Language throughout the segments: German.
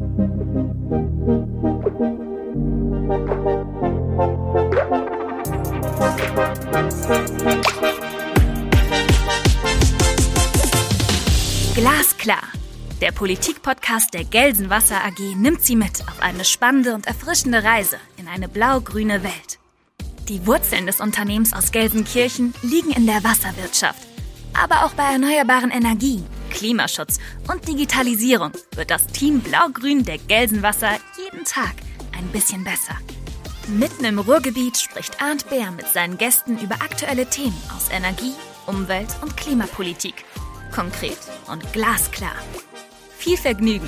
Glasklar. Der Politik-Podcast der Gelsenwasser AG nimmt Sie mit auf eine spannende und erfrischende Reise in eine blau-grüne Welt. Die Wurzeln des Unternehmens aus Gelsenkirchen liegen in der Wasserwirtschaft. Aber auch bei erneuerbaren Energien, Klimaschutz und Digitalisierung wird das Team Blau-Grün der Gelsenwasser jeden Tag ein bisschen besser. Mitten im Ruhrgebiet spricht Arndt Beer mit seinen Gästen über aktuelle Themen aus Energie, Umwelt und Klimapolitik. Konkret und glasklar. Viel Vergnügen!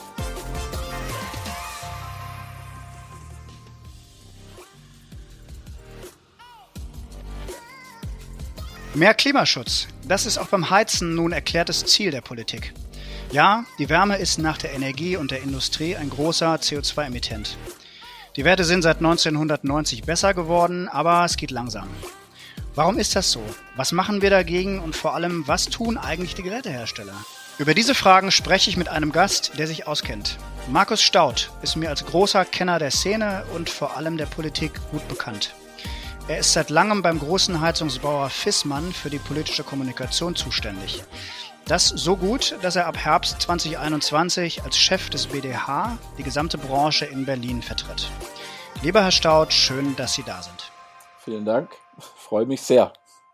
Mehr Klimaschutz, das ist auch beim Heizen nun erklärtes Ziel der Politik. Ja, die Wärme ist nach der Energie und der Industrie ein großer CO2-Emittent. Die Werte sind seit 1990 besser geworden, aber es geht langsam. Warum ist das so? Was machen wir dagegen und vor allem, was tun eigentlich die Gerätehersteller? Über diese Fragen spreche ich mit einem Gast, der sich auskennt. Markus Staudt ist mir als großer Kenner der Szene und vor allem der Politik gut bekannt. Er ist seit langem beim großen Heizungsbauer Viessmann für die politische Kommunikation zuständig. Das so gut, dass er ab Herbst 2021 als Chef des BDH die gesamte Branche in Berlin vertritt. Lieber Herr Staudt, schön, dass Sie da sind. Vielen Dank, freue mich sehr.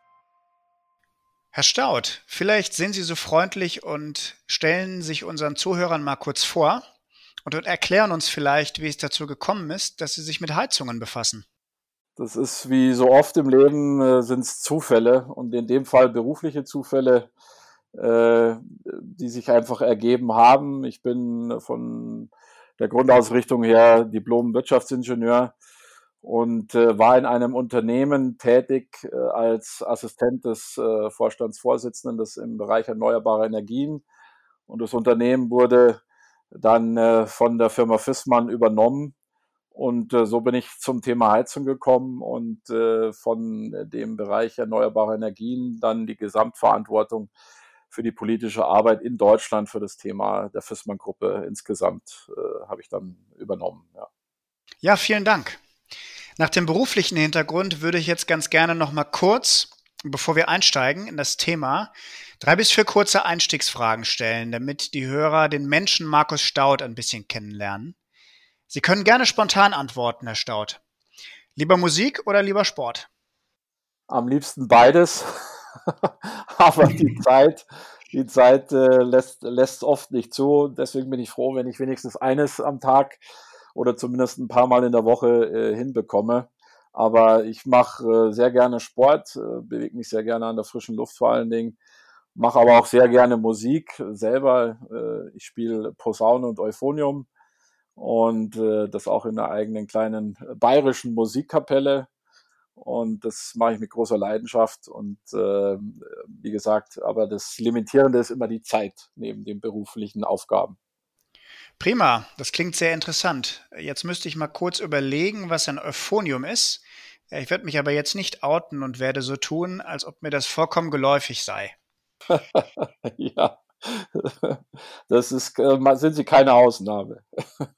Herr Staudt, vielleicht sind Sie so freundlich und stellen sich unseren Zuhörern mal kurz vor und erklären uns vielleicht, wie es dazu gekommen ist, dass Sie sich mit Heizungen befassen. Das ist wie so oft im Leben, sind es Zufälle und in dem Fall berufliche Zufälle, die sich einfach ergeben haben. Ich bin von der Grundausrichtung her Diplom-Wirtschaftsingenieur und war in einem Unternehmen tätig als Assistent des Vorstandsvorsitzenden im Bereich erneuerbare Energien. Und das Unternehmen wurde dann von der Firma Viessmann übernommen. Und so bin ich zum Thema Heizung gekommen und von dem Bereich erneuerbare Energien dann die Gesamtverantwortung für die politische Arbeit in Deutschland für das Thema der Viessmann-Gruppe insgesamt habe ich dann übernommen. Ja. Ja, vielen Dank. Nach dem beruflichen Hintergrund würde ich jetzt ganz gerne noch mal kurz, bevor wir einsteigen in das Thema, 3 bis 4 kurze Einstiegsfragen stellen, damit die Hörer den Menschen Markus Staudt ein bisschen kennenlernen. Sie können gerne spontan antworten, Herr Staudt. Lieber Musik oder lieber Sport? Am liebsten beides, aber die Zeit lässt oft nicht zu. Deswegen bin ich froh, wenn ich wenigstens eines am Tag oder zumindest ein paar Mal in der Woche hinbekomme. Aber ich mache sehr gerne Sport, bewege mich sehr gerne an der frischen Luft vor allen Dingen, mache aber auch sehr gerne Musik selber. Ich spiele Posaune und Euphonium und das auch in einer eigenen kleinen bayerischen Musikkapelle. Und das mache ich mit großer Leidenschaft. Und wie gesagt, aber das Limitierende ist immer die Zeit neben den beruflichen Aufgaben. Prima, das klingt sehr interessant. Jetzt müsste ich mal kurz überlegen, was ein Euphonium ist. Ich werde mich aber jetzt nicht outen und werde so tun, als ob mir das vollkommen geläufig sei. Ja, sind Sie keine Ausnahme.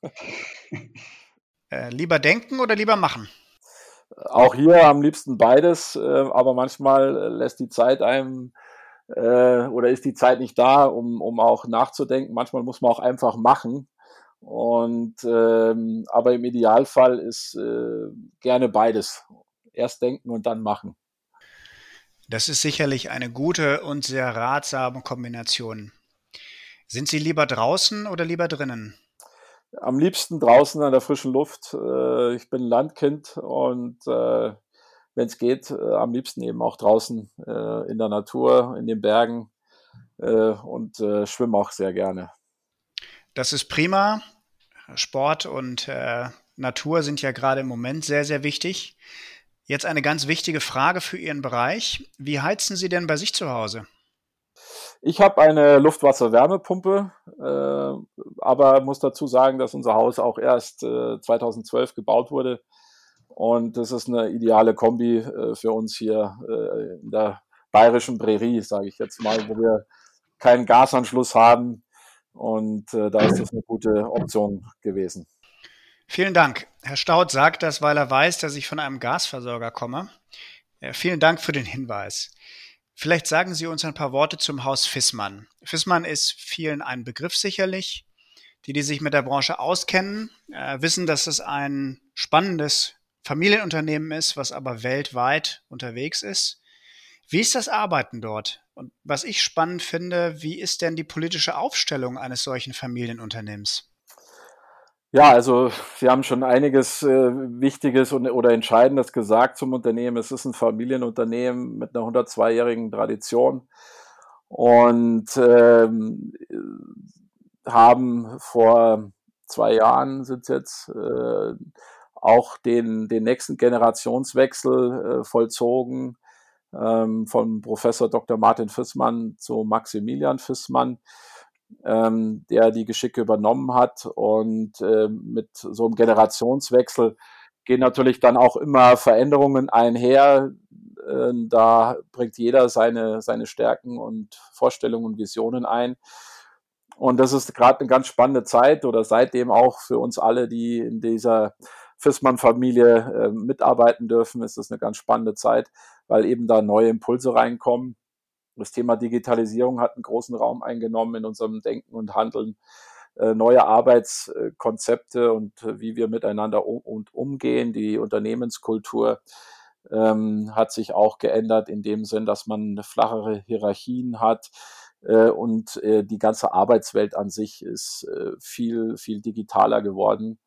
Lieber denken oder lieber machen? Auch hier am liebsten beides, aber manchmal lässt die Zeit einem oder ist die Zeit nicht da, um auch nachzudenken. Manchmal muss man auch einfach machen. Und aber im Idealfall ist gerne beides. Erst denken und dann machen. Das ist sicherlich eine gute und sehr ratsame Kombination. Sind Sie lieber draußen oder lieber drinnen? Am liebsten draußen an der frischen Luft. Ich bin Landkind und wenn es geht, am liebsten eben auch draußen in der Natur, in den Bergen und schwimme auch sehr gerne. Das ist prima. Sport und Natur sind ja gerade im Moment sehr, sehr wichtig. Jetzt eine ganz wichtige Frage für Ihren Bereich. Wie heizen Sie denn bei sich zu Hause? Ich habe eine Luftwasser-Wärmepumpe, aber muss dazu sagen, dass unser Haus auch erst 2012 gebaut wurde. Und das ist eine ideale Kombi für uns hier in der bayerischen Prärie, sage ich jetzt mal, wo wir keinen Gasanschluss haben Und da ist das eine gute Option gewesen. Vielen Dank. Herr Staudt sagt das, weil er weiß, dass ich von einem Gasversorger komme. Vielen Dank für den Hinweis. Vielleicht sagen Sie uns ein paar Worte zum Haus Viessmann. Viessmann ist vielen ein Begriff sicherlich. Die sich mit der Branche auskennen, wissen, dass es ein spannendes Familienunternehmen ist, was aber weltweit unterwegs ist. Wie ist das Arbeiten dort? Und was ich spannend finde, wie ist denn die politische Aufstellung eines solchen Familienunternehmens? Ja, also Sie haben schon einiges Wichtiges oder Entscheidendes gesagt zum Unternehmen. Es ist ein Familienunternehmen mit einer 102-jährigen Tradition und haben vor 2 Jahren sind jetzt auch den nächsten Generationswechsel vollzogen von Professor Dr. Martin Viessmann zu Maximilian Viessmann, der die Geschicke übernommen hat. Und mit so einem Generationswechsel gehen natürlich dann auch immer Veränderungen einher. Da bringt jeder seine Stärken und Vorstellungen und Visionen ein. Und das ist gerade eine ganz spannende Zeit oder seitdem auch für uns alle, die in dieser Viessmann-Familie mitarbeiten dürfen, ist das eine ganz spannende Zeit, weil eben da neue Impulse reinkommen. Das Thema Digitalisierung hat einen großen Raum eingenommen in unserem Denken und Handeln. Neue Arbeitskonzepte und wie wir miteinander umgehen. Die Unternehmenskultur hat sich auch geändert in dem Sinn, dass man flachere Hierarchien hat. Und die ganze Arbeitswelt an sich ist viel, viel digitaler geworden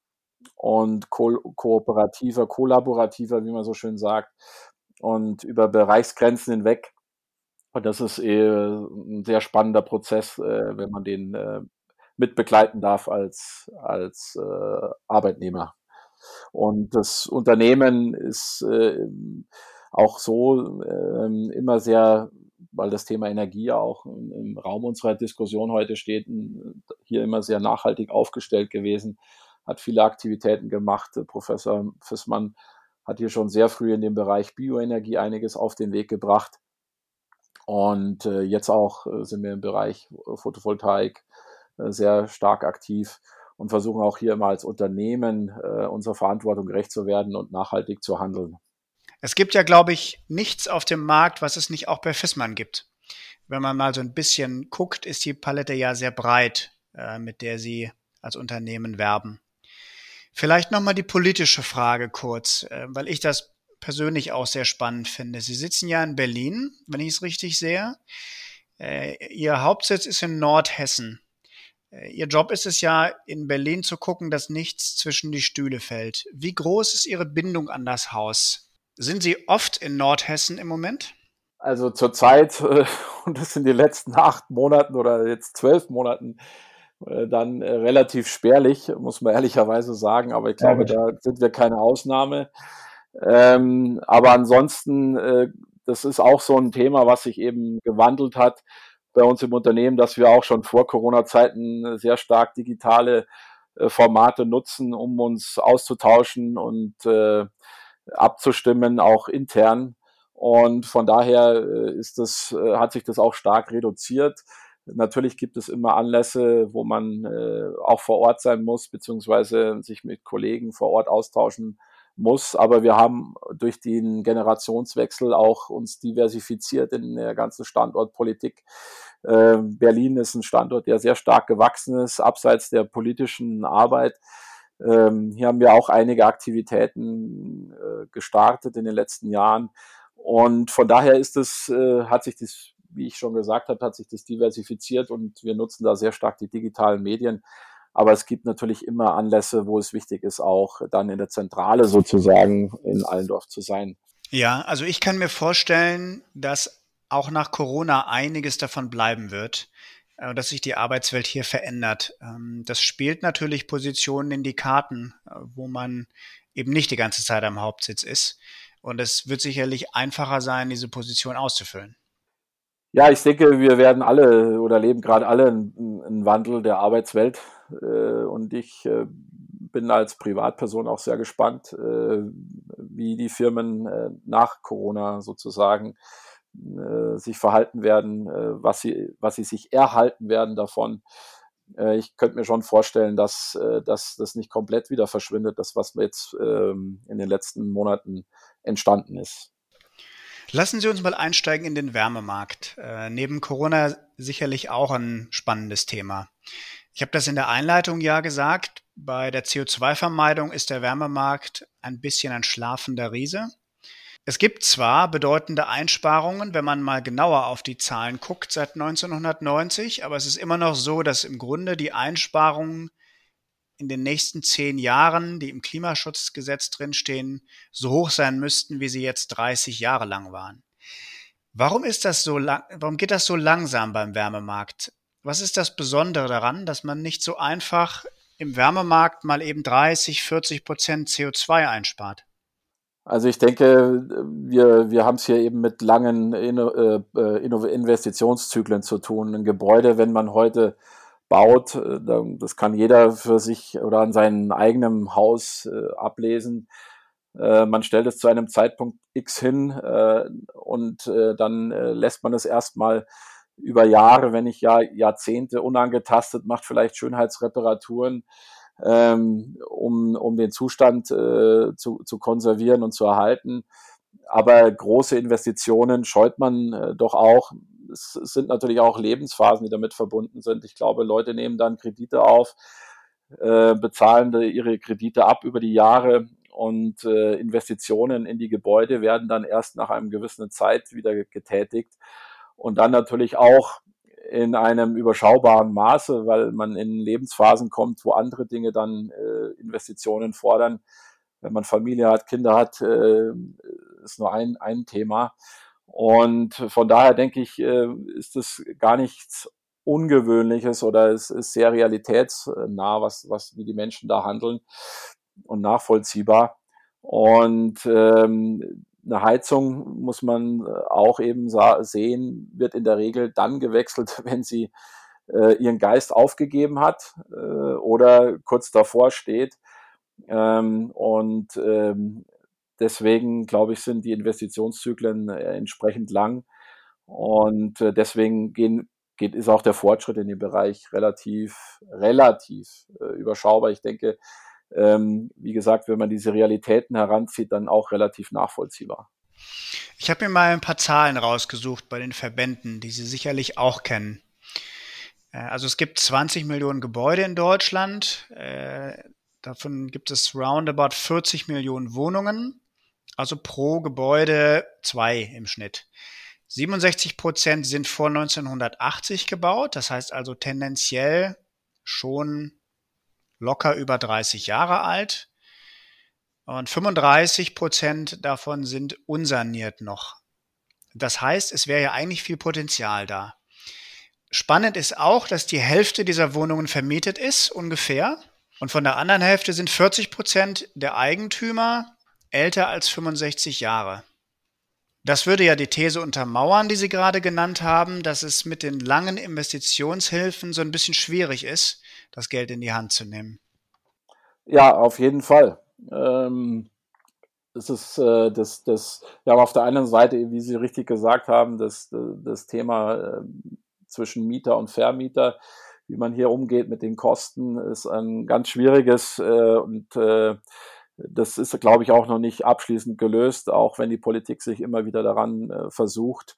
und kooperativer, kollaborativer, wie man so schön sagt, und über Bereichsgrenzen hinweg. Und das ist ein sehr spannender Prozess, wenn man den mitbegleiten darf als Arbeitnehmer. Und das Unternehmen ist auch so immer sehr, weil das Thema Energie ja auch im Raum unserer Diskussion heute steht, hier immer sehr nachhaltig aufgestellt gewesen, hat viele Aktivitäten gemacht. Professor Viessmann hat hier schon sehr früh in dem Bereich Bioenergie einiges auf den Weg gebracht. Und jetzt auch sind wir im Bereich Photovoltaik sehr stark aktiv und versuchen auch hier immer als Unternehmen unserer Verantwortung gerecht zu werden und nachhaltig zu handeln. Es gibt ja, glaube ich, nichts auf dem Markt, was es nicht auch bei Viessmann gibt. Wenn man mal so ein bisschen guckt, ist die Palette ja sehr breit, mit der Sie als Unternehmen werben. Vielleicht nochmal die politische Frage kurz, weil ich das persönlich auch sehr spannend finde. Sie sitzen ja in Berlin, wenn ich es richtig sehe. Ihr Hauptsitz ist in Nordhessen. Ihr Job ist es ja, in Berlin zu gucken, dass nichts zwischen die Stühle fällt. Wie groß ist Ihre Bindung an das Haus? Sind Sie oft in Nordhessen im Moment? Also zurzeit, und das in den letzten 8 Monaten oder jetzt 12 Monaten, dann relativ spärlich, muss man ehrlicherweise sagen. Aber ich glaube, da sind wir keine Ausnahme. Aber ansonsten, das ist auch so ein Thema, was sich eben gewandelt hat bei uns im Unternehmen, dass wir auch schon vor Corona-Zeiten sehr stark digitale Formate nutzen, um uns auszutauschen und abzustimmen, auch intern. Und von daher hat sich das auch stark reduziert. Natürlich gibt es immer Anlässe, wo man auch vor Ort sein muss, beziehungsweise sich mit Kollegen vor Ort austauschen muss. Aber wir haben durch den Generationswechsel auch uns diversifiziert in der ganzen Standortpolitik. Berlin ist ein Standort, der sehr stark gewachsen ist, abseits der politischen Arbeit. Hier haben wir auch einige Aktivitäten gestartet in den letzten Jahren. Und von daher hat sich das, wie ich schon gesagt habe, hat sich das diversifiziert und wir nutzen da sehr stark die digitalen Medien. Aber es gibt natürlich immer Anlässe, wo es wichtig ist, auch dann in der Zentrale sozusagen in Allendorf zu sein. Ja, also ich kann mir vorstellen, dass auch nach Corona einiges davon bleiben wird, dass sich die Arbeitswelt hier verändert. Das spielt natürlich Positionen in die Karten, wo man eben nicht die ganze Zeit am Hauptsitz ist. Und es wird sicherlich einfacher sein, diese Position auszufüllen. Ja, ich denke, wir werden alle oder leben gerade alle einen Wandel der Arbeitswelt. Und ich bin als Privatperson auch sehr gespannt, wie die Firmen nach Corona sozusagen sich verhalten werden, was sie sich erhalten werden davon. Ich könnte mir schon vorstellen, dass das nicht komplett wieder verschwindet, das, was jetzt in den letzten Monaten entstanden ist. Lassen Sie uns mal einsteigen in den Wärmemarkt. Neben Corona sicherlich auch ein spannendes Thema. Ich habe das in der Einleitung ja gesagt, bei der CO2-Vermeidung ist der Wärmemarkt ein bisschen ein schlafender Riese. Es gibt zwar bedeutende Einsparungen, wenn man mal genauer auf die Zahlen guckt seit 1990, aber es ist immer noch so, dass im Grunde die Einsparungen in den nächsten 10 Jahren, die im Klimaschutzgesetz drinstehen, so hoch sein müssten, wie sie jetzt 30 Jahre lang waren. Warum geht das so langsam beim Wärmemarkt? Was ist das Besondere daran, dass man nicht so einfach im Wärmemarkt mal eben 30-40% CO2 einspart? Also ich denke, wir haben es hier eben mit langen Investitionszyklen zu tun. Ein Gebäude, wenn man heute baut, das kann jeder für sich oder an seinem eigenen Haus ablesen. Man stellt es zu einem Zeitpunkt X hin und dann lässt man es erstmal über Jahre, wenn nicht Jahrzehnte unangetastet, macht vielleicht Schönheitsreparaturen, um den Zustand zu konservieren und zu erhalten. Aber große Investitionen scheut man doch auch. Es sind natürlich auch Lebensphasen, die damit verbunden sind. Ich glaube, Leute nehmen dann Kredite auf, bezahlen ihre Kredite ab über die Jahre und Investitionen in die Gebäude werden dann erst nach einer gewissen Zeit wieder getätigt. Und dann natürlich auch in einem überschaubaren Maße, weil man in Lebensphasen kommt, wo andere Dinge dann Investitionen fordern. Wenn man Familie hat, Kinder hat, ist nur ein Thema. Und von daher denke ich, ist es gar nichts Ungewöhnliches oder es ist sehr realitätsnah, wie die Menschen da handeln und nachvollziehbar. Und eine Heizung muss man auch eben sehen, wird in der Regel dann gewechselt, wenn sie ihren Geist aufgegeben hat oder kurz davor steht. Deswegen, glaube ich, sind die Investitionszyklen entsprechend lang. Und deswegen ist auch der Fortschritt in dem Bereich relativ überschaubar. Ich denke, wie gesagt, wenn man diese Realitäten heranzieht, dann auch relativ nachvollziehbar. Ich habe mir mal ein paar Zahlen rausgesucht bei den Verbänden, die Sie sicherlich auch kennen. Also es gibt 20 Millionen Gebäude in Deutschland. Davon gibt es roundabout 40 Millionen Wohnungen. Also pro Gebäude 2 im Schnitt. 67% sind vor 1980 gebaut. Das heißt also tendenziell schon locker über 30 Jahre alt. Und 35% davon sind unsaniert noch. Das heißt, es wäre ja eigentlich viel Potenzial da. Spannend ist auch, dass die Hälfte dieser Wohnungen vermietet ist, ungefähr. Und von der anderen Hälfte sind 40% der Eigentümer älter als 65 Jahre. Das würde ja die These untermauern, die Sie gerade genannt haben, dass es mit den langen Investitionshilfen so ein bisschen schwierig ist, das Geld in die Hand zu nehmen. Ja, auf jeden Fall. Es ist wir haben auf der einen Seite, wie Sie richtig gesagt haben, das Thema zwischen Mieter und Vermieter, wie man hier umgeht mit den Kosten, ist ein ganz schwieriges das ist, glaube ich, auch noch nicht abschließend gelöst, auch wenn die Politik sich immer wieder daran versucht.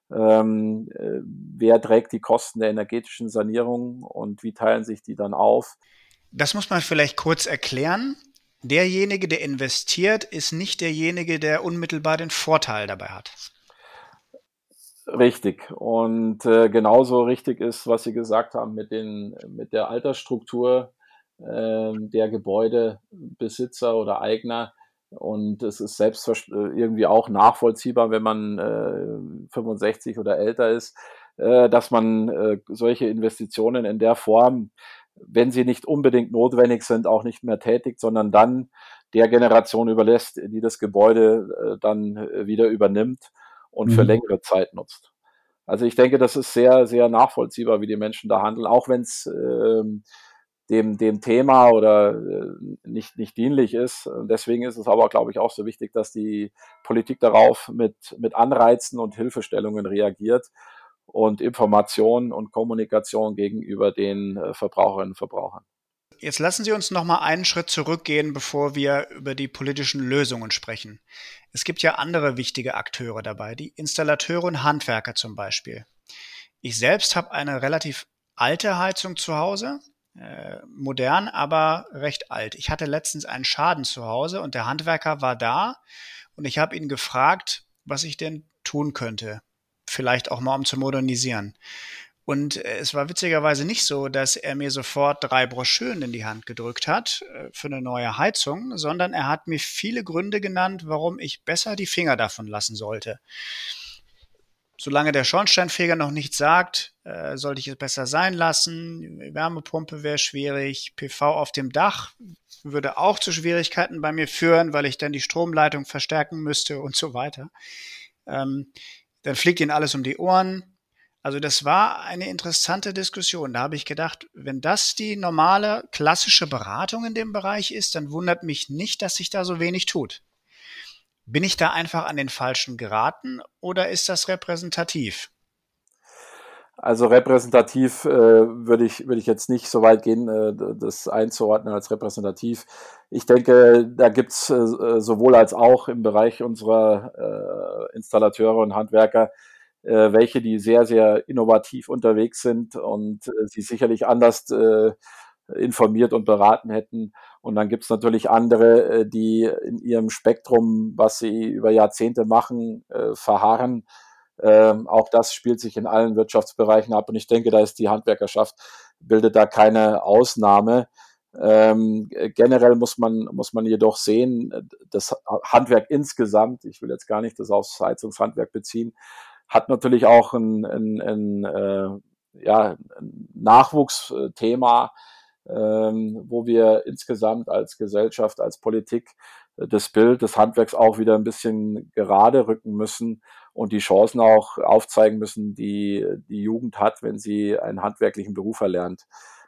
Wer trägt die Kosten der energetischen Sanierung und wie teilen sich die dann auf? Das muss man vielleicht kurz erklären. Derjenige, der investiert, ist nicht derjenige, der unmittelbar den Vorteil dabei hat. Richtig. Und genauso richtig ist, was Sie gesagt haben mit der Altersstruktur der Gebäudebesitzer oder Eigner. Und es ist irgendwie auch nachvollziehbar, wenn man 65 oder älter ist, dass man solche Investitionen in der Form, wenn sie nicht unbedingt notwendig sind, auch nicht mehr tätigt, sondern dann der Generation überlässt, die das Gebäude dann wieder übernimmt und für längere Zeit nutzt. Also ich denke, das ist sehr, sehr nachvollziehbar, wie die Menschen da handeln, auch wenn es dem Thema oder nicht dienlich ist. Und deswegen ist es aber, glaube ich, auch so wichtig, dass die Politik darauf mit Anreizen und Hilfestellungen reagiert und Information und Kommunikation gegenüber den Verbraucherinnen und Verbrauchern. Jetzt lassen Sie uns noch mal einen Schritt zurückgehen, bevor wir über die politischen Lösungen sprechen. Es gibt ja andere wichtige Akteure dabei, die Installateure und Handwerker zum Beispiel. Ich selbst habe eine relativ alte Heizung zu Hause, modern, aber recht alt. Ich hatte letztens einen Schaden zu Hause und der Handwerker war da und ich habe ihn gefragt, was ich denn tun könnte. Vielleicht auch mal, um zu modernisieren. Und es war witzigerweise nicht so, dass er mir sofort 3 Broschüren in die Hand gedrückt hat für eine neue Heizung, sondern er hat mir viele Gründe genannt, warum ich besser die Finger davon lassen sollte. Solange der Schornsteinfeger noch nichts sagt, sollte ich es besser sein lassen. Wärmepumpe wäre schwierig. PV auf dem Dach würde auch zu Schwierigkeiten bei mir führen, weil ich dann die Stromleitung verstärken müsste und so weiter. Dann fliegt ihnen alles um die Ohren. Also das war eine interessante Diskussion. Da habe ich gedacht, wenn das die normale klassische Beratung in dem Bereich ist, dann wundert mich nicht, dass sich da so wenig tut. Bin ich da einfach an den Falschen geraten oder ist das repräsentativ? Also repräsentativ würde ich jetzt nicht so weit gehen, das einzuordnen als repräsentativ. Ich denke, da gibt's sowohl als auch im Bereich unserer Installateure und Handwerker welche, die sehr, sehr innovativ unterwegs sind und sie sicherlich anders informiert und beraten hätten. Und dann gibt's natürlich andere, die in ihrem Spektrum, was sie über Jahrzehnte machen, verharren. Auch das spielt sich in allen Wirtschaftsbereichen ab. Und ich denke, da ist die Handwerkerschaft, bildet da keine Ausnahme. Generell muss man jedoch sehen, das Handwerk insgesamt, ich will jetzt gar nicht das aufs Heizungshandwerk beziehen, hat natürlich auch ein Nachwuchsthema, wo wir insgesamt als Gesellschaft, als Politik das Bild des Handwerks auch wieder ein bisschen gerade rücken müssen und die Chancen auch aufzeigen müssen, die die Jugend hat, wenn sie einen handwerklichen Beruf erlernt.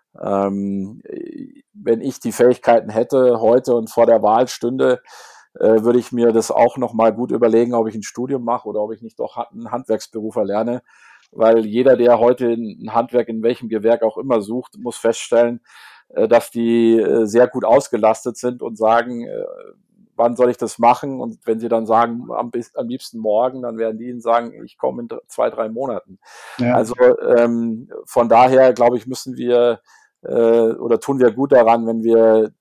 Wenn ich die Fähigkeiten hätte heute und vor der Wahl stünde, würde ich mir das auch nochmal gut überlegen, ob ich ein Studium mache oder ob ich nicht doch einen Handwerksberuf erlerne. Weil jeder, der heute ein Handwerk in welchem Gewerk auch immer sucht, muss feststellen, dass die sehr gut ausgelastet sind und sagen, wann soll ich das machen? Und wenn sie dann sagen, am liebsten morgen, dann werden die ihnen sagen, ich komme in 2-3 Monaten. Ja. Also von daher, glaube ich, müssen wir oder tun wir gut daran, wenn wir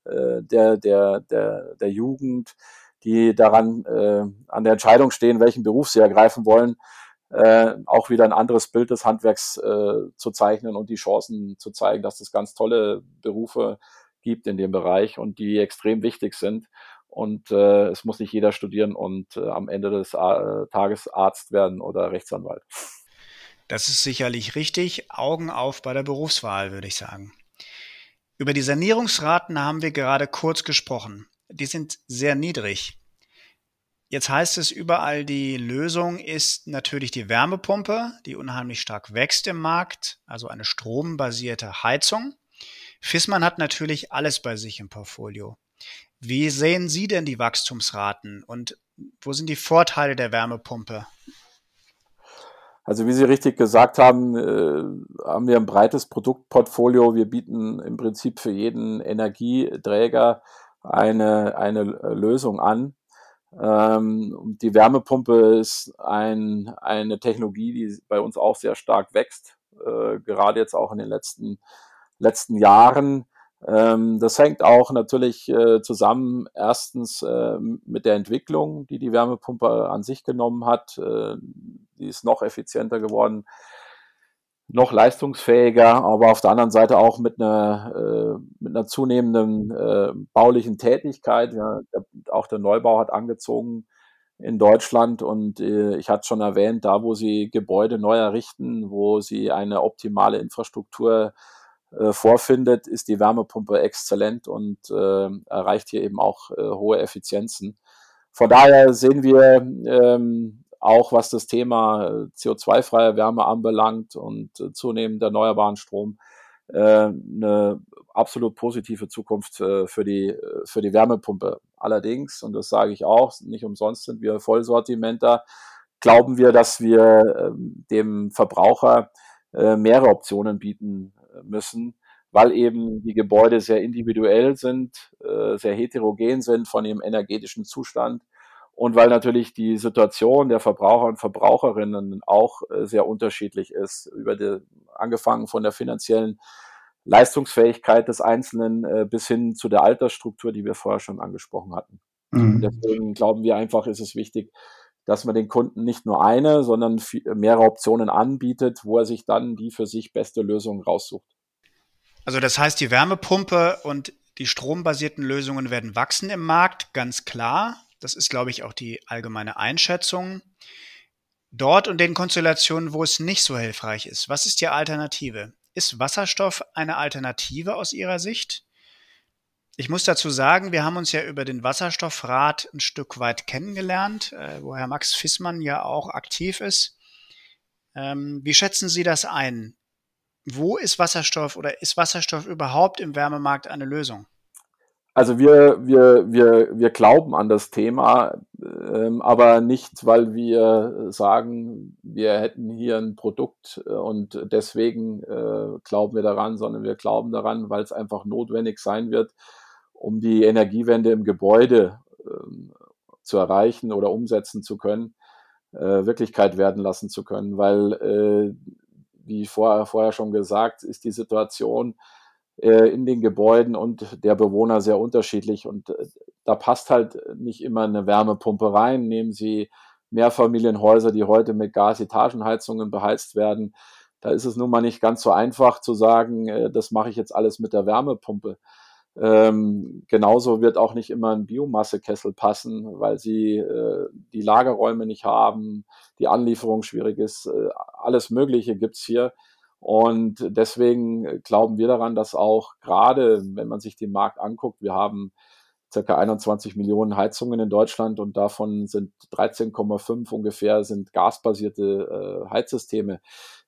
der Jugend, die daran an der Entscheidung stehen, welchen Beruf sie ergreifen wollen, auch wieder ein anderes Bild des Handwerks zu zeichnen und die Chancen zu zeigen, dass es ganz tolle Berufe gibt in dem Bereich und die extrem wichtig sind. Und es muss nicht jeder studieren und am Ende des Tages Arzt werden oder Rechtsanwalt. Das ist sicherlich richtig. Augen auf bei der Berufswahl, würde ich sagen. Über die Sanierungsraten haben wir gerade kurz gesprochen. Die sind sehr niedrig. Jetzt heißt es überall, die Lösung ist natürlich die Wärmepumpe, die unheimlich stark wächst im Markt, also eine strombasierte Heizung. Viessmann hat natürlich alles bei sich im Portfolio. Wie sehen Sie denn die Wachstumsraten und wo sind die Vorteile der Wärmepumpe? Also wie Sie richtig gesagt haben, haben wir ein breites Produktportfolio. Wir bieten im Prinzip für jeden Energieträger eine Lösung an. Die Wärmepumpe ist eine Technologie, die bei uns auch sehr stark wächst, gerade jetzt auch in den letzten Jahren. Das hängt auch natürlich zusammen erstens mit der Entwicklung, die die Wärmepumpe an sich genommen hat. Die ist noch effizienter geworden, noch leistungsfähiger, aber auf der anderen Seite auch mit einer zunehmenden baulichen Tätigkeit. Ja, auch der Neubau hat angezogen in Deutschland und ich hatte schon erwähnt, da wo sie Gebäude neu errichten, wo sie eine optimale Infrastruktur vorfindet, ist die Wärmepumpe exzellent und erreicht hier eben auch hohe Effizienzen. Von daher sehen wir auch, was das Thema CO2-freie Wärme anbelangt und zunehmend erneuerbaren Strom, eine absolut positive Zukunft für die Wärmepumpe. Allerdings, und das sage ich auch, nicht umsonst sind wir Vollsortimenter, glauben wir, dass wir dem Verbraucher mehrere Optionen bieten müssen, weil eben die Gebäude sehr individuell sind, sehr heterogen sind von ihrem energetischen Zustand und weil natürlich die Situation der Verbraucher und Verbraucherinnen auch sehr unterschiedlich ist, angefangen von der finanziellen Leistungsfähigkeit des Einzelnen bis hin zu der Altersstruktur, die wir vorher schon angesprochen hatten. Und deswegen glauben wir einfach, ist es wichtig, dass man den Kunden nicht nur eine, sondern mehrere Optionen anbietet, wo er sich dann die für sich beste Lösung raussucht. Also das heißt, die Wärmepumpe und die strombasierten Lösungen werden wachsen im Markt, ganz klar. Das ist, glaube ich, auch die allgemeine Einschätzung. Dort und den Konstellationen, wo es nicht so hilfreich ist, was ist die Alternative? Ist Wasserstoff eine Alternative aus Ihrer Sicht? Ich muss dazu sagen, wir haben uns ja über den Wasserstoffrat ein Stück weit kennengelernt, wo Herr Max Fissmann ja auch aktiv ist. Wie schätzen Sie das ein? Wo ist Wasserstoff oder ist Wasserstoff überhaupt im Wärmemarkt eine Lösung? Also wir glauben an das Thema, aber nicht, weil wir sagen, wir hätten hier ein Produkt und deswegen glauben wir daran, sondern wir glauben daran, weil es einfach notwendig sein wird, um die Energiewende im Gebäude zu erreichen oder umsetzen zu können, Wirklichkeit werden lassen zu können, weil, wie vorher schon gesagt, ist die Situation in den Gebäuden und der Bewohner sehr unterschiedlich und da passt halt nicht immer eine Wärmepumpe rein. Nehmen Sie Mehrfamilienhäuser, die heute mit Gas-Etagenheizungen beheizt werden, da ist es nun mal nicht ganz so einfach zu sagen, das mache ich jetzt alles mit der Wärmepumpe. Genauso wird auch nicht immer ein Biomassekessel passen, weil sie die Lagerräume nicht haben, die Anlieferung schwierig ist, alles Mögliche gibt's hier. Und deswegen glauben wir daran, dass auch gerade, wenn man sich den Markt anguckt, wir haben circa 21 Millionen Heizungen in Deutschland und davon sind 13,5 ungefähr sind gasbasierte Heizsysteme.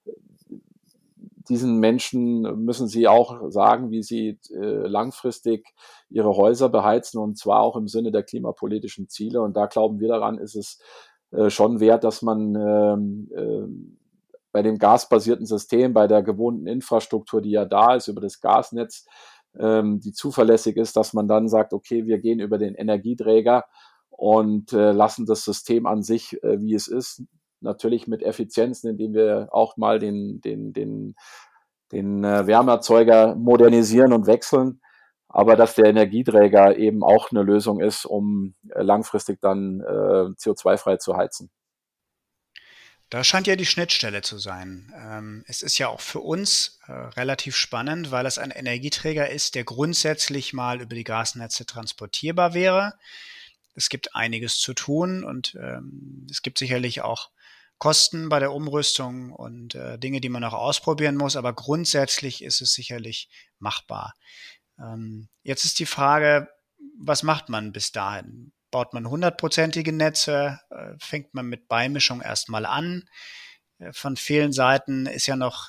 Diesen Menschen müssen sie auch sagen, wie sie langfristig ihre Häuser beheizen und zwar auch im Sinne der klimapolitischen Ziele. Und da glauben wir daran, ist es schon wert, dass man bei dem gasbasierten System, bei der gewohnten Infrastruktur, die ja da ist, über das Gasnetz, die zuverlässig ist, dass man dann sagt, okay, wir gehen über den Energieträger und lassen das System an sich, wie es ist, natürlich mit Effizienzen, indem wir auch mal den Wärmeerzeuger modernisieren und wechseln, aber dass der Energieträger eben auch eine Lösung ist, um langfristig dann CO2-frei zu heizen. Da scheint ja die Schnittstelle zu sein. Es ist ja auch für uns relativ spannend, weil es ein Energieträger ist, der grundsätzlich mal über die Gasnetze transportierbar wäre. Es gibt einiges zu tun und es gibt sicherlich auch Kosten bei der Umrüstung und Dinge, die man noch ausprobieren muss, aber grundsätzlich ist es sicherlich machbar. Jetzt ist die Frage, was macht man bis dahin? Baut man 100%ige Netze? Fängt man mit Beimischung erstmal an? Von vielen Seiten ist ja noch,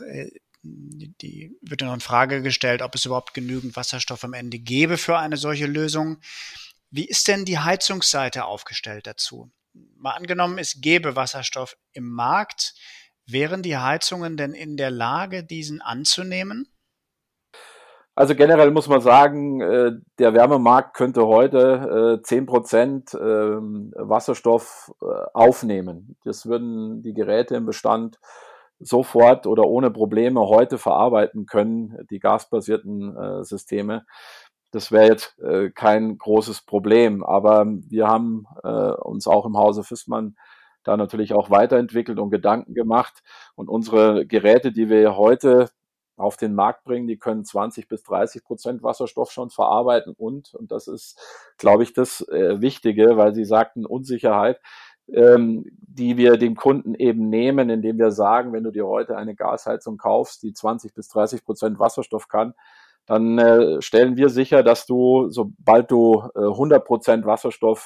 wird ja noch in Frage gestellt, ob es überhaupt genügend Wasserstoff am Ende gäbe für eine solche Lösung. Wie ist denn die Heizungsseite aufgestellt dazu? Mal angenommen, es gäbe Wasserstoff im Markt. Wären die Heizungen denn in der Lage, diesen anzunehmen? Also generell muss man sagen, der Wärmemarkt könnte heute 10% Wasserstoff aufnehmen. Das würden die Geräte im Bestand sofort oder ohne Probleme heute verarbeiten können, die gasbasierten Systeme. Das wäre jetzt kein großes Problem, aber wir haben uns auch im Hause Fissmann da natürlich auch weiterentwickelt und Gedanken gemacht und unsere Geräte, die wir heute auf den Markt bringen, die können 20-30% Wasserstoff schon verarbeiten und das ist, glaube ich, das Wichtige, weil Sie sagten Unsicherheit, die wir dem Kunden eben nehmen, indem wir sagen, wenn du dir heute eine Gasheizung kaufst, die 20-30% Wasserstoff kann, dann stellen wir sicher, dass du, sobald du 100% Wasserstoff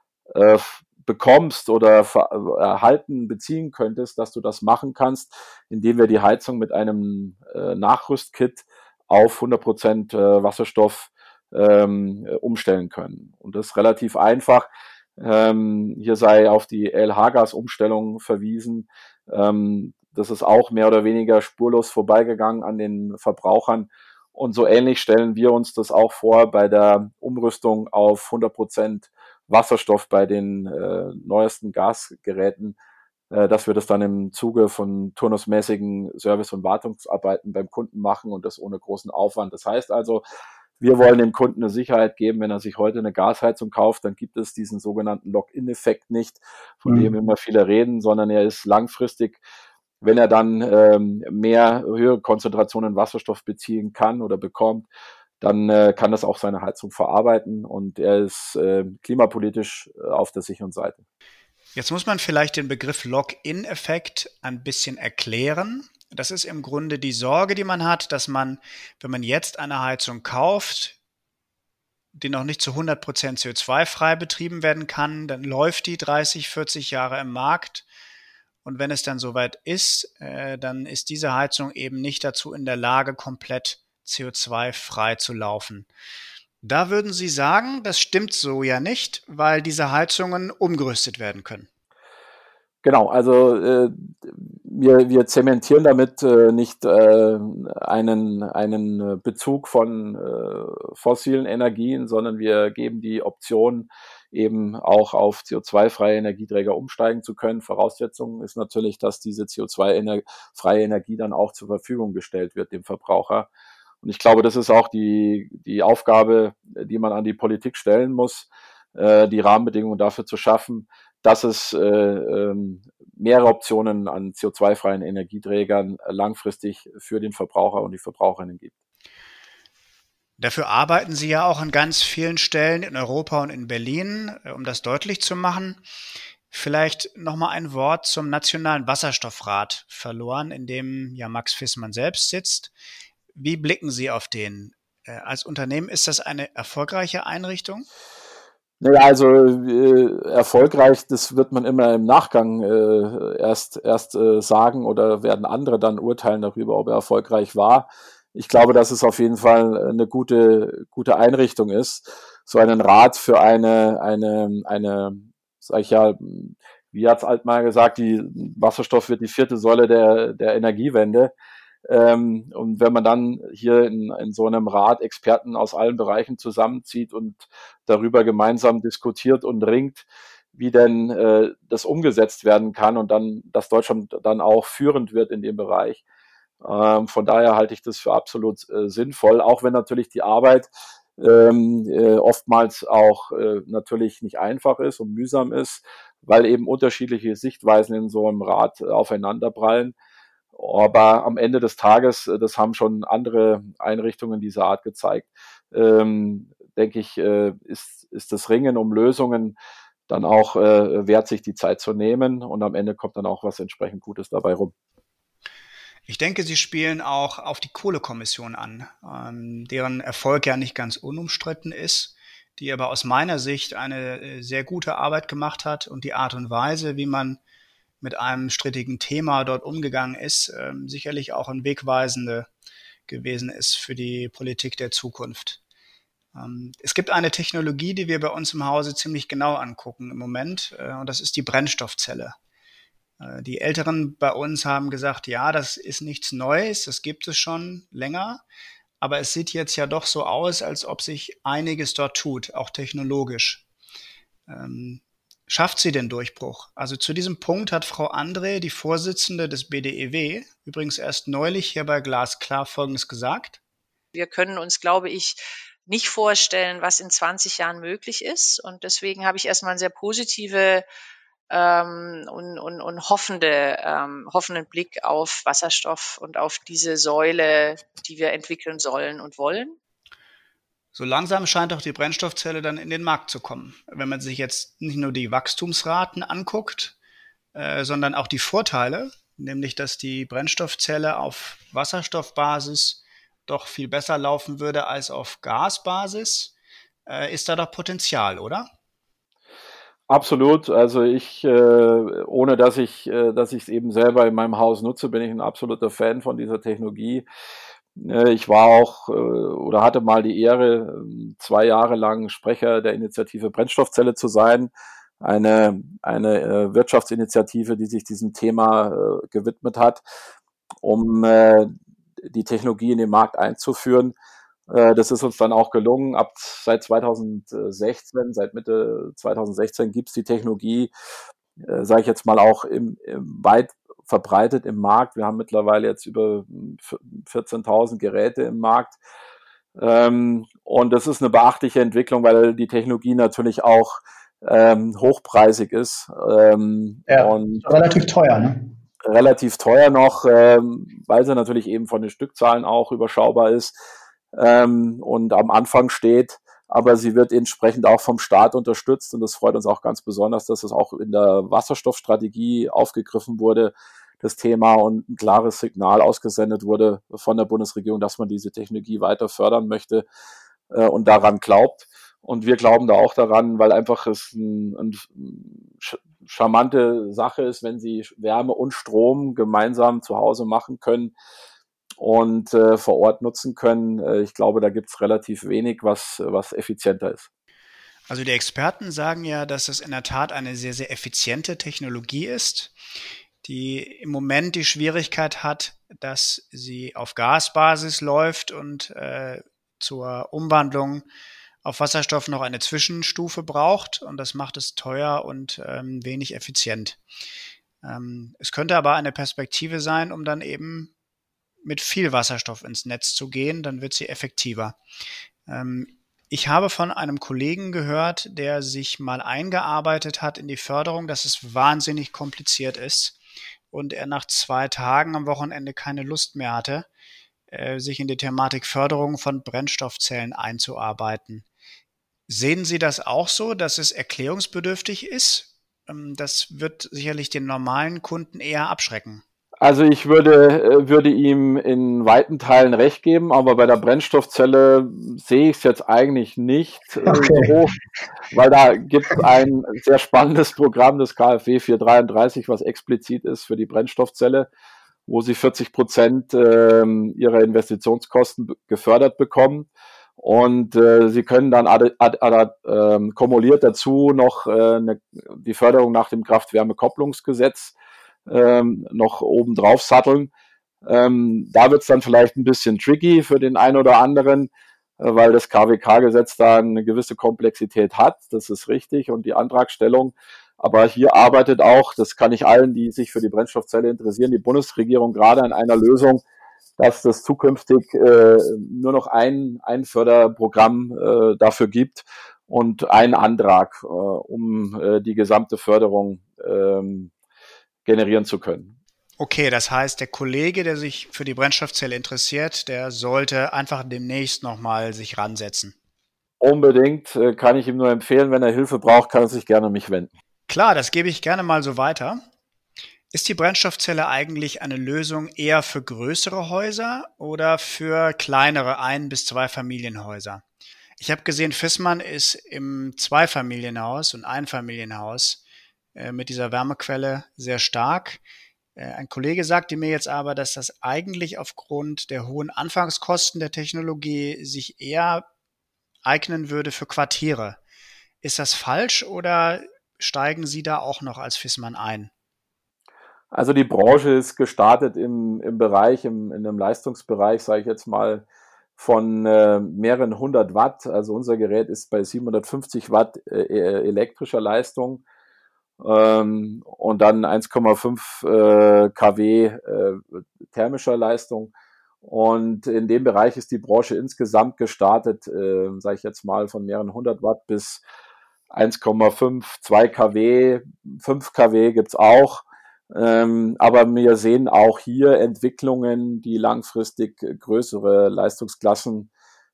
bekommst oder erhalten, beziehen könntest, dass du das machen kannst, indem wir die Heizung mit einem Nachrüstkit auf 100% Wasserstoff umstellen können. Und das ist relativ einfach. Hier sei auf die LH-Gas-Umstellung verwiesen. Das ist auch mehr oder weniger spurlos vorbeigegangen an den Verbrauchern. Und so ähnlich stellen wir uns das auch vor bei der Umrüstung auf 100% Wasserstoff bei den neuesten Gasgeräten, dass wir das dann im Zuge von turnusmäßigen Service- und Wartungsarbeiten beim Kunden machen und das ohne großen Aufwand. Das heißt also, wir wollen dem Kunden eine Sicherheit geben, wenn er sich heute eine Gasheizung kauft, dann gibt es diesen sogenannten Lock-in-Effekt nicht, von dem immer viele reden, sondern er ist langfristig, wenn er dann höhere Konzentrationen Wasserstoff beziehen kann oder bekommt, dann kann das auch seine Heizung verarbeiten und er ist klimapolitisch auf der sicheren Seite. Jetzt muss man vielleicht den Begriff Lock-in-Effekt ein bisschen erklären. Das ist im Grunde die Sorge, die man hat, dass man, wenn man jetzt eine Heizung kauft, die noch nicht zu 100% CO2-frei betrieben werden kann, dann läuft die 30, 40 Jahre im Markt. Und wenn es dann soweit ist, dann ist diese Heizung eben nicht dazu in der Lage, komplett CO2-frei zu laufen. Da würden Sie sagen, das stimmt so ja nicht, weil diese Heizungen umgerüstet werden können. Genau, also wir zementieren damit nicht einen Bezug von fossilen Energien, sondern wir geben die Option, eben auch auf CO2-freie Energieträger umsteigen zu können. Voraussetzung ist natürlich, dass diese CO2-freie Energie dann auch zur Verfügung gestellt wird dem Verbraucher. Und ich glaube, das ist auch die Aufgabe, die man an die Politik stellen muss, die Rahmenbedingungen dafür zu schaffen, dass es mehrere Optionen an CO2-freien Energieträgern langfristig für den Verbraucher und die Verbraucherinnen gibt. Dafür arbeiten Sie ja auch an ganz vielen Stellen in Europa und in Berlin, um das deutlich zu machen. Vielleicht nochmal ein Wort zum Nationalen Wasserstoffrat verloren, in dem ja Max Fissmann selbst sitzt. Wie blicken Sie auf den? Als Unternehmen ist das eine erfolgreiche Einrichtung? Naja, also erfolgreich, das wird man immer im Nachgang erst sagen oder werden andere dann urteilen darüber, ob er erfolgreich war. Ich glaube, dass es auf jeden Fall eine gute Einrichtung ist. So einen Rat für sag ich ja, wie hat's Altmaier gesagt, die Wasserstoff wird die vierte Säule der Energiewende. Und wenn man dann hier in so einem Rat Experten aus allen Bereichen zusammenzieht und darüber gemeinsam diskutiert und ringt, wie denn das umgesetzt werden kann und dann, dass Deutschland dann auch führend wird in dem Bereich. Von daher halte ich das für absolut sinnvoll, auch wenn natürlich die Arbeit oftmals auch natürlich nicht einfach ist und mühsam ist, weil eben unterschiedliche Sichtweisen in so einem Rat aufeinanderprallen. Aber am Ende des Tages, das haben schon andere Einrichtungen dieser Art gezeigt, denke ich, ist das Ringen um Lösungen dann auch wert, sich die Zeit zu nehmen und am Ende kommt dann auch was entsprechend Gutes dabei rum. Ich denke, Sie spielen auch auf die Kohlekommission an, deren Erfolg ja nicht ganz unumstritten ist, die aber aus meiner Sicht eine sehr gute Arbeit gemacht hat und die Art und Weise, wie man mit einem strittigen Thema dort umgegangen ist, sicherlich auch ein wegweisende gewesen ist für die Politik der Zukunft. Es gibt eine Technologie, die wir bei uns im Hause ziemlich genau angucken im Moment, und das ist die Brennstoffzelle. Die Älteren bei uns haben gesagt, ja, das ist nichts Neues, das gibt es schon länger, aber es sieht jetzt ja doch so aus, als ob sich einiges dort tut, auch technologisch. Schafft sie den Durchbruch? Also zu diesem Punkt hat Frau André, die Vorsitzende des BDEW, übrigens erst neulich hier bei Glasklar Folgendes gesagt. Wir können uns, glaube ich, nicht vorstellen, was in 20 Jahren möglich ist. Und deswegen habe ich erstmal eine sehr positive und hoffenden Blick auf Wasserstoff und auf diese Säule, die wir entwickeln sollen und wollen. So langsam scheint auch die Brennstoffzelle dann in den Markt zu kommen. Wenn man sich jetzt nicht nur die Wachstumsraten anguckt, sondern auch die Vorteile, nämlich dass die Brennstoffzelle auf Wasserstoffbasis doch viel besser laufen würde als auf Gasbasis, ist da doch Potenzial, oder? Absolut. Also ohne dass ich es eben selber in meinem Haus nutze, bin ich ein absoluter Fan von dieser Technologie. Ich war auch oder hatte mal die Ehre, 2 Jahre lang Sprecher der Initiative Brennstoffzelle zu sein. eine Wirtschaftsinitiative, die sich diesem Thema gewidmet hat, um die Technologie in den Markt einzuführen. Das ist uns dann auch gelungen. Seit seit Mitte 2016 gibt es die Technologie, sage ich jetzt mal, auch weit verbreitet im Markt. Wir haben mittlerweile jetzt über 14.000 Geräte im Markt. Und das ist eine beachtliche Entwicklung, weil die Technologie natürlich auch hochpreisig ist. Und relativ teuer, ne? Relativ teuer noch, weil sie natürlich eben von den Stückzahlen auch überschaubar ist und am Anfang steht. Aber sie wird entsprechend auch vom Staat unterstützt und das freut uns auch ganz besonders, dass es auch in der Wasserstoffstrategie aufgegriffen wurde, das Thema, und ein klares Signal ausgesendet wurde von der Bundesregierung, dass man diese Technologie weiter fördern möchte und daran glaubt. Und wir glauben da auch daran, weil einfach es eine charmante Sache ist, wenn Sie Wärme und Strom gemeinsam zu Hause machen können und vor Ort nutzen können. Ich glaube, da gibt es relativ wenig, was effizienter ist. Also die Experten sagen ja, dass es in der Tat eine sehr, sehr effiziente Technologie ist, die im Moment die Schwierigkeit hat, dass sie auf Gasbasis läuft und zur Umwandlung auf Wasserstoff noch eine Zwischenstufe braucht, und das macht es teuer und wenig effizient. Es könnte aber eine Perspektive sein, um dann eben mit viel Wasserstoff ins Netz zu gehen, dann wird sie effektiver. Ich habe von einem Kollegen gehört, der sich mal eingearbeitet hat in die Förderung, dass es wahnsinnig kompliziert ist und er nach 2 Tagen am Wochenende keine Lust mehr hatte, sich in die Thematik Förderung von Brennstoffzellen einzuarbeiten. Sehen Sie das auch so, dass es erklärungsbedürftig ist? Das wird sicherlich den normalen Kunden eher abschrecken. Also ich würde ihm in weiten Teilen recht geben, aber bei der Brennstoffzelle sehe ich es jetzt eigentlich nicht so, weil da gibt es ein sehr spannendes Programm, das KfW 433, was explizit ist für die Brennstoffzelle, wo sie 40% ihrer Investitionskosten gefördert bekommen. Und sie können dann kumuliert dazu noch die Förderung nach dem Kraft-Wärme-Kopplungsgesetz noch oben drauf satteln. Da wird es dann vielleicht ein bisschen tricky für den einen oder anderen, weil das KWK-Gesetz da eine gewisse Komplexität hat. Das ist richtig, und die Antragstellung. Aber hier arbeitet auch, das kann ich allen, die sich für die Brennstoffzelle interessieren, die Bundesregierung gerade an einer Lösung, dass das zukünftig nur noch ein Förderprogramm dafür gibt und einen Antrag, um die gesamte Förderung generieren zu können. Okay, das heißt, der Kollege, der sich für die Brennstoffzelle interessiert, der sollte einfach demnächst nochmal sich ransetzen. Unbedingt, kann ich ihm nur empfehlen. Wenn er Hilfe braucht, kann er sich gerne an mich wenden. Klar, das gebe ich gerne mal so weiter. Ist die Brennstoffzelle eigentlich eine Lösung eher für größere Häuser oder für kleinere 1- bis 2-Familienhäuser? Ich habe gesehen, Viessmann ist im Zweifamilienhaus und Einfamilienhaus mit dieser Wärmequelle sehr stark. Ein Kollege sagte mir jetzt aber, dass das eigentlich aufgrund der hohen Anfangskosten der Technologie sich eher eignen würde für Quartiere. Ist das falsch oder steigen Sie da auch noch als Viessmann ein? Also die Branche ist gestartet im Bereich, in einem Leistungsbereich, sage ich jetzt mal, von mehreren 100 Watt. Also unser Gerät ist bei 750 Watt elektrischer Leistung und dann 1,5 kW thermischer Leistung. Und in dem Bereich ist die Branche insgesamt gestartet, sage ich jetzt mal, von mehreren 100 Watt bis 1,5, 2 kW, 5 kW gibt's auch. Aber wir sehen auch hier Entwicklungen, die langfristig größere Leistungsklassen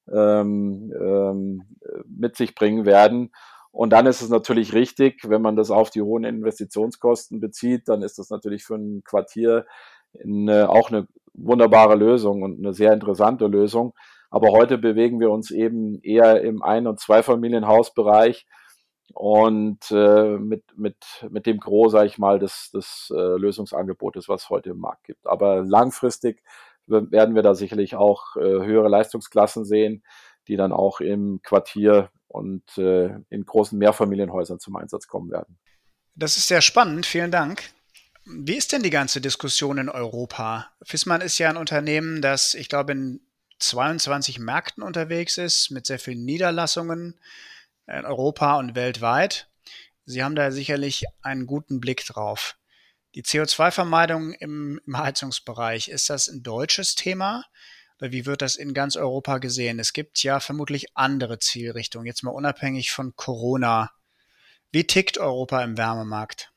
mit sich bringen werden. Und dann ist es natürlich richtig, wenn man das auf die hohen Investitionskosten bezieht, dann ist das natürlich für ein Quartier auch eine wunderbare Lösung und eine sehr interessante Lösung. Aber heute bewegen wir uns eben eher im Ein- und Zweifamilienhausbereich und mit dem Gros, sage ich mal, des Lösungsangebotes, was es heute im Markt gibt. Aber langfristig werden wir da sicherlich auch höhere Leistungsklassen sehen, die dann auch im Quartier und in großen Mehrfamilienhäusern zum Einsatz kommen werden. Das ist sehr spannend, vielen Dank. Wie ist denn die ganze Diskussion in Europa? Viessmann ist ja ein Unternehmen, das, ich glaube, in 22 Märkten unterwegs ist, mit sehr vielen Niederlassungen in Europa und weltweit. Sie haben da sicherlich einen guten Blick drauf. Die CO2-Vermeidung im Heizungsbereich, ist das ein deutsches Thema? Oder wie wird das in ganz Europa gesehen? Es gibt ja vermutlich andere Zielrichtungen, jetzt mal unabhängig von Corona. Wie tickt Europa im Wärmemarkt?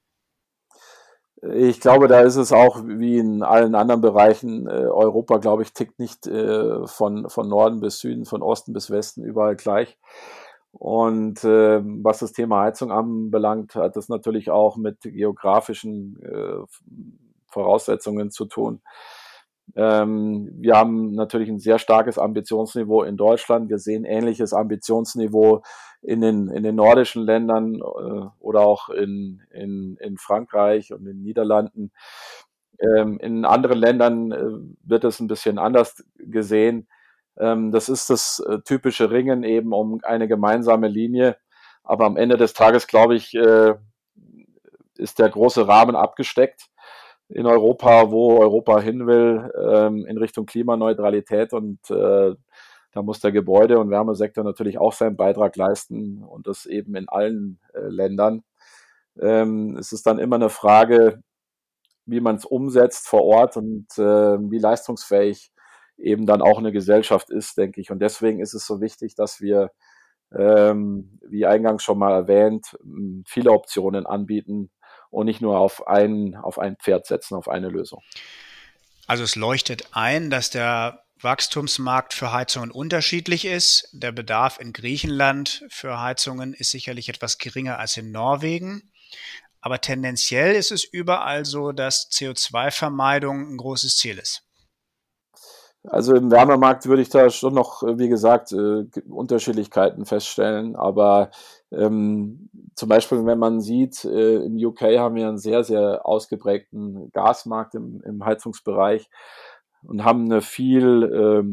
Ich glaube, da ist es auch wie in allen anderen Bereichen. Europa, glaube ich, tickt nicht von Norden bis Süden, von Osten bis Westen überall gleich. Und was das Thema Heizung anbelangt, hat das natürlich auch mit geografischen Voraussetzungen zu tun. Wir haben natürlich ein sehr starkes Ambitionsniveau in Deutschland. Wir sehen ähnliches Ambitionsniveau in den nordischen Ländern oder auch in Frankreich und in den Niederlanden. In anderen Ländern wird es ein bisschen anders gesehen. Das ist das typische Ringen eben um eine gemeinsame Linie. Aber am Ende des Tages, glaube ich, ist der große Rahmen abgesteckt in Europa, wo Europa hin will, in Richtung Klimaneutralität. Und da muss der Gebäude- und Wärmesektor natürlich auch seinen Beitrag leisten und das eben in allen Ländern. Es ist dann immer eine Frage, wie man es umsetzt vor Ort und wie leistungsfähig eben dann auch eine Gesellschaft ist, denke ich. Und deswegen ist es so wichtig, dass wir, wie eingangs schon mal erwähnt, viele Optionen anbieten und nicht nur auf ein Pferd setzen, auf eine Lösung. Also es leuchtet ein, dass der Wachstumsmarkt für Heizungen unterschiedlich ist. Der Bedarf in Griechenland für Heizungen ist sicherlich etwas geringer als in Norwegen. Aber tendenziell ist es überall so, dass CO2-Vermeidung ein großes Ziel ist. Also im Wärmemarkt würde ich da schon noch, wie gesagt, Unterschiedlichkeiten feststellen. Aber zum Beispiel, wenn man sieht, in UK haben wir einen sehr, sehr ausgeprägten Gasmarkt im Heizungsbereich und haben eine viel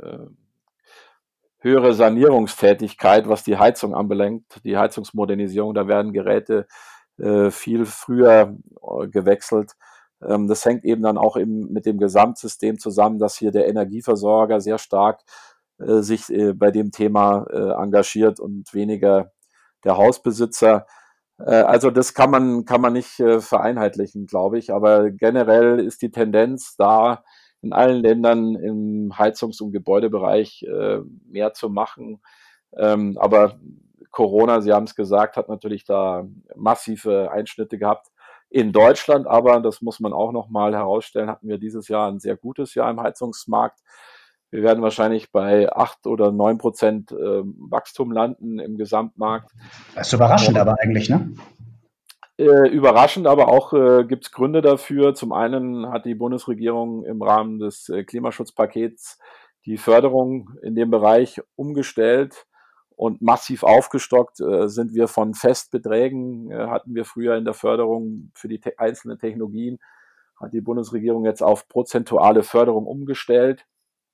höhere Sanierungstätigkeit, was die Heizung anbelangt, die Heizungsmodernisierung. Da werden Geräte viel früher gewechselt. Das hängt eben dann auch eben mit dem Gesamtsystem zusammen, dass hier der Energieversorger sehr stark sich bei dem Thema engagiert und weniger der Hausbesitzer. Also das kann man nicht vereinheitlichen, glaube ich. Aber generell ist die Tendenz da, in allen Ländern im Heizungs- und Gebäudebereich mehr zu machen. Aber Corona, Sie haben es gesagt, hat natürlich da massive Einschnitte gehabt. In Deutschland aber, das muss man auch nochmal herausstellen, hatten wir dieses Jahr ein sehr gutes Jahr im Heizungsmarkt. Wir werden wahrscheinlich bei 8 oder 9% Wachstum landen im Gesamtmarkt. Das ist überraschend aber eigentlich, ne? Überraschend, aber auch gibt es Gründe dafür. Zum einen hat die Bundesregierung im Rahmen des Klimaschutzpakets die Förderung in dem Bereich umgestellt und massiv aufgestockt. Sind wir von Festbeträgen, hatten wir früher in der Förderung für die einzelnen Technologien, hat die Bundesregierung jetzt auf prozentuale Förderung umgestellt.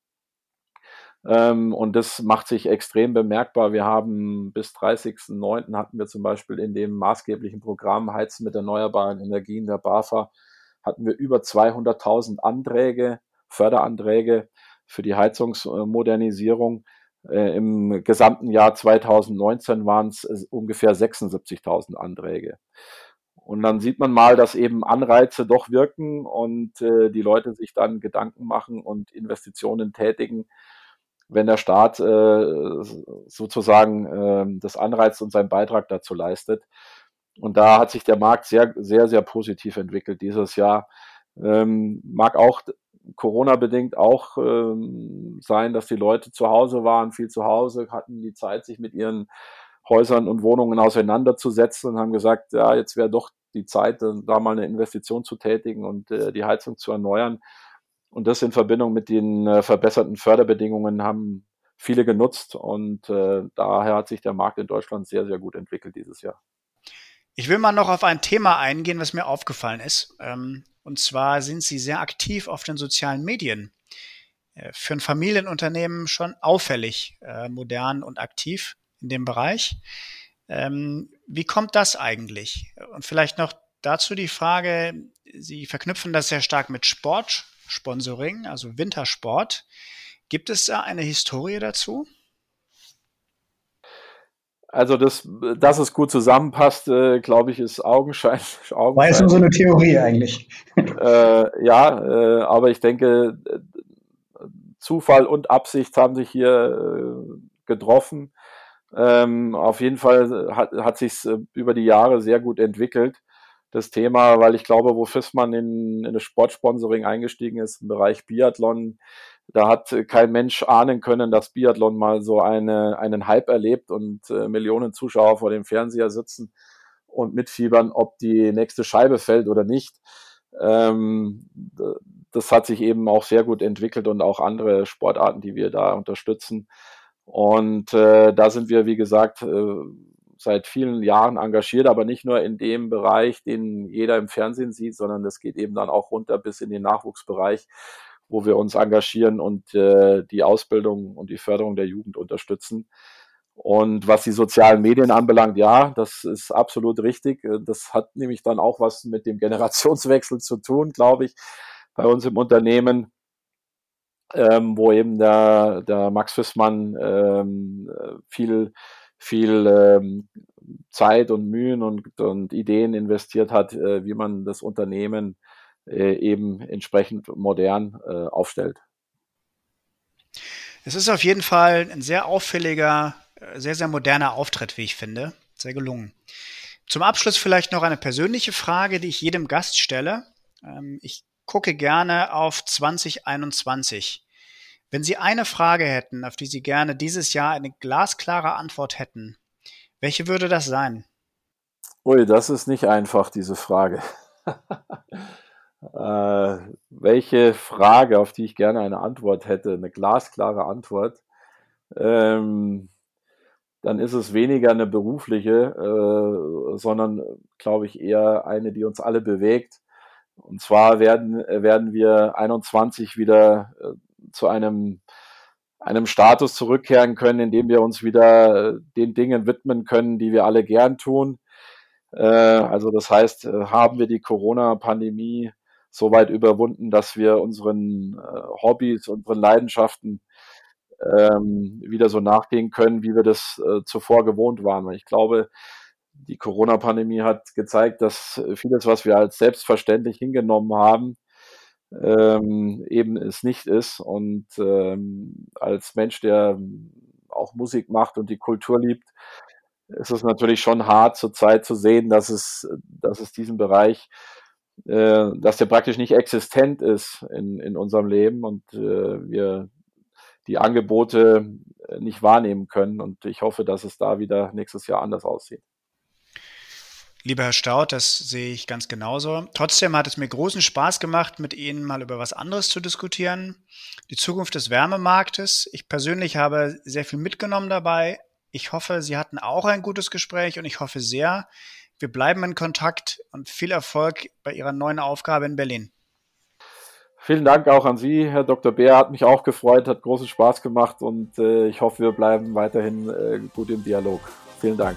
Und das macht sich extrem bemerkbar. Wir haben bis 30.09. hatten wir zum Beispiel in dem maßgeblichen Programm Heizen mit erneuerbaren Energien der BAFA, hatten wir über 200.000 Anträge, Förderanträge für die Heizungsmodernisierung. Im gesamten Jahr 2019 waren es ungefähr 76.000 Anträge. Und dann sieht man mal, dass eben Anreize doch wirken und die Leute sich dann Gedanken machen und Investitionen tätigen, wenn der Staat sozusagen das anreizt und seinen Beitrag dazu leistet. Und da hat sich der Markt sehr, sehr, sehr positiv entwickelt dieses Jahr. Mag auch Corona-bedingt auch sein, dass die Leute zu Hause waren, viel zu Hause, hatten die Zeit, sich mit ihren Häusern und Wohnungen auseinanderzusetzen und haben gesagt, ja, jetzt wäre doch die Zeit, da mal eine Investition zu tätigen und die Heizung zu erneuern. Und das in Verbindung mit den verbesserten Förderbedingungen haben viele genutzt und daher hat sich der Markt in Deutschland sehr, sehr gut entwickelt dieses Jahr. Ich will mal noch auf ein Thema eingehen, was mir aufgefallen ist. Und zwar sind Sie sehr aktiv auf den sozialen Medien. Für ein Familienunternehmen schon auffällig modern und aktiv. in dem Bereich. Wie kommt das eigentlich? Und vielleicht noch dazu die Frage, Sie verknüpfen das sehr stark mit Sportsponsoring, also Wintersport. Gibt es da eine Historie dazu? Also, dass es gut zusammenpasst, glaube ich, ist augenscheinlich. War jetzt nur so eine Theorie eigentlich. Aber ich denke, Zufall und Absicht haben sich hier getroffen. Auf jeden Fall hat sich's über die Jahre sehr gut entwickelt, das Thema, weil ich glaube, wo Viessmann in das Sportsponsoring eingestiegen ist, im Bereich Biathlon, da hat kein Mensch ahnen können, dass Biathlon mal so einen Hype erlebt und Millionen Zuschauer vor dem Fernseher sitzen und mitfiebern, ob die nächste Scheibe fällt oder nicht. Das hat sich eben auch sehr gut entwickelt und auch andere Sportarten, die wir da unterstützen. Und da sind wir, wie gesagt, seit vielen Jahren engagiert, aber nicht nur in dem Bereich, den jeder im Fernsehen sieht, sondern das geht eben dann auch runter bis in den Nachwuchsbereich, wo wir uns engagieren und die Ausbildung und die Förderung der Jugend unterstützen. Und was die sozialen Medien anbelangt, ja, das ist absolut richtig. Das hat nämlich dann auch was mit dem Generationswechsel zu tun, glaube ich, bei uns im Unternehmen, wo eben der Max Viessmann viel Zeit und Mühen und Ideen investiert hat, wie man das Unternehmen eben entsprechend modern aufstellt. Es ist auf jeden Fall ein sehr auffälliger, sehr, sehr moderner Auftritt, wie ich finde. Sehr gelungen. Zum Abschluss vielleicht noch eine persönliche Frage, die ich jedem Gast stelle. Ich gucke gerne auf 2021. Wenn Sie eine Frage hätten, auf die Sie gerne dieses Jahr eine glasklare Antwort hätten, welche würde das sein? Ui, das ist nicht einfach, diese Frage. Welche Frage, auf die ich gerne eine Antwort hätte, eine glasklare Antwort, dann ist es weniger eine berufliche, sondern, glaube ich, eher eine, die uns alle bewegt. Und zwar werden wir 21 wieder zu einem Status zurückkehren können, in dem wir uns wieder den Dingen widmen können, die wir alle gern tun. Also das heißt, haben wir die Corona-Pandemie so weit überwunden, dass wir unseren Hobbys, unseren Leidenschaften wieder so nachgehen können, wie wir das zuvor gewohnt waren. Ich glaube, die Corona-Pandemie hat gezeigt, dass vieles, was wir als selbstverständlich hingenommen haben, eben es nicht ist. Und als Mensch, der auch Musik macht und die Kultur liebt, ist es natürlich schon hart zurzeit zu sehen, dass es diesen Bereich, dass der praktisch nicht existent ist in unserem Leben und wir die Angebote nicht wahrnehmen können. Und ich hoffe, dass es da wieder nächstes Jahr anders aussieht. Lieber Herr Staudt, das sehe ich ganz genauso. Trotzdem hat es mir großen Spaß gemacht, mit Ihnen mal über was anderes zu diskutieren. Die Zukunft des Wärmemarktes. Ich persönlich habe sehr viel mitgenommen dabei. Ich hoffe, Sie hatten auch ein gutes Gespräch und ich hoffe sehr, wir bleiben in Kontakt und viel Erfolg bei Ihrer neuen Aufgabe in Berlin. Vielen Dank auch an Sie, Herr Dr. Beer. Hat mich auch gefreut, hat großen Spaß gemacht und ich hoffe, wir bleiben weiterhin gut im Dialog. Vielen Dank.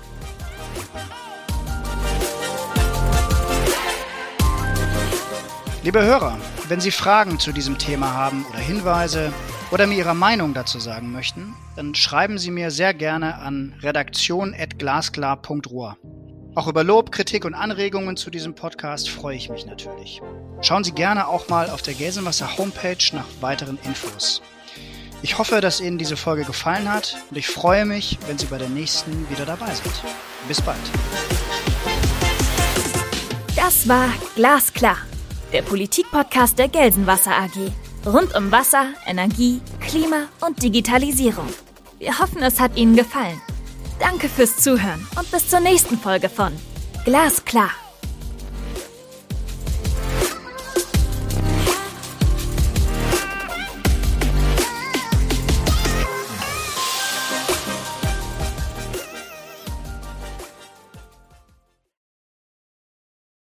Liebe Hörer, wenn Sie Fragen zu diesem Thema haben oder Hinweise oder mir Ihre Meinung dazu sagen möchten, dann schreiben Sie mir sehr gerne an redaktion@glasklar.ruhr. Auch über Lob, Kritik und Anregungen zu diesem Podcast freue ich mich natürlich. Schauen Sie gerne auch mal auf der Gelsenwasser Homepage nach weiteren Infos. Ich hoffe, dass Ihnen diese Folge gefallen hat und ich freue mich, wenn Sie bei der nächsten wieder dabei sind. Bis bald. Das war Glasklar, der Politik-Podcast der Gelsenwasser AG. Rund um Wasser, Energie, Klima und Digitalisierung. Wir hoffen, es hat Ihnen gefallen. Danke fürs Zuhören und bis zur nächsten Folge von Glasklar.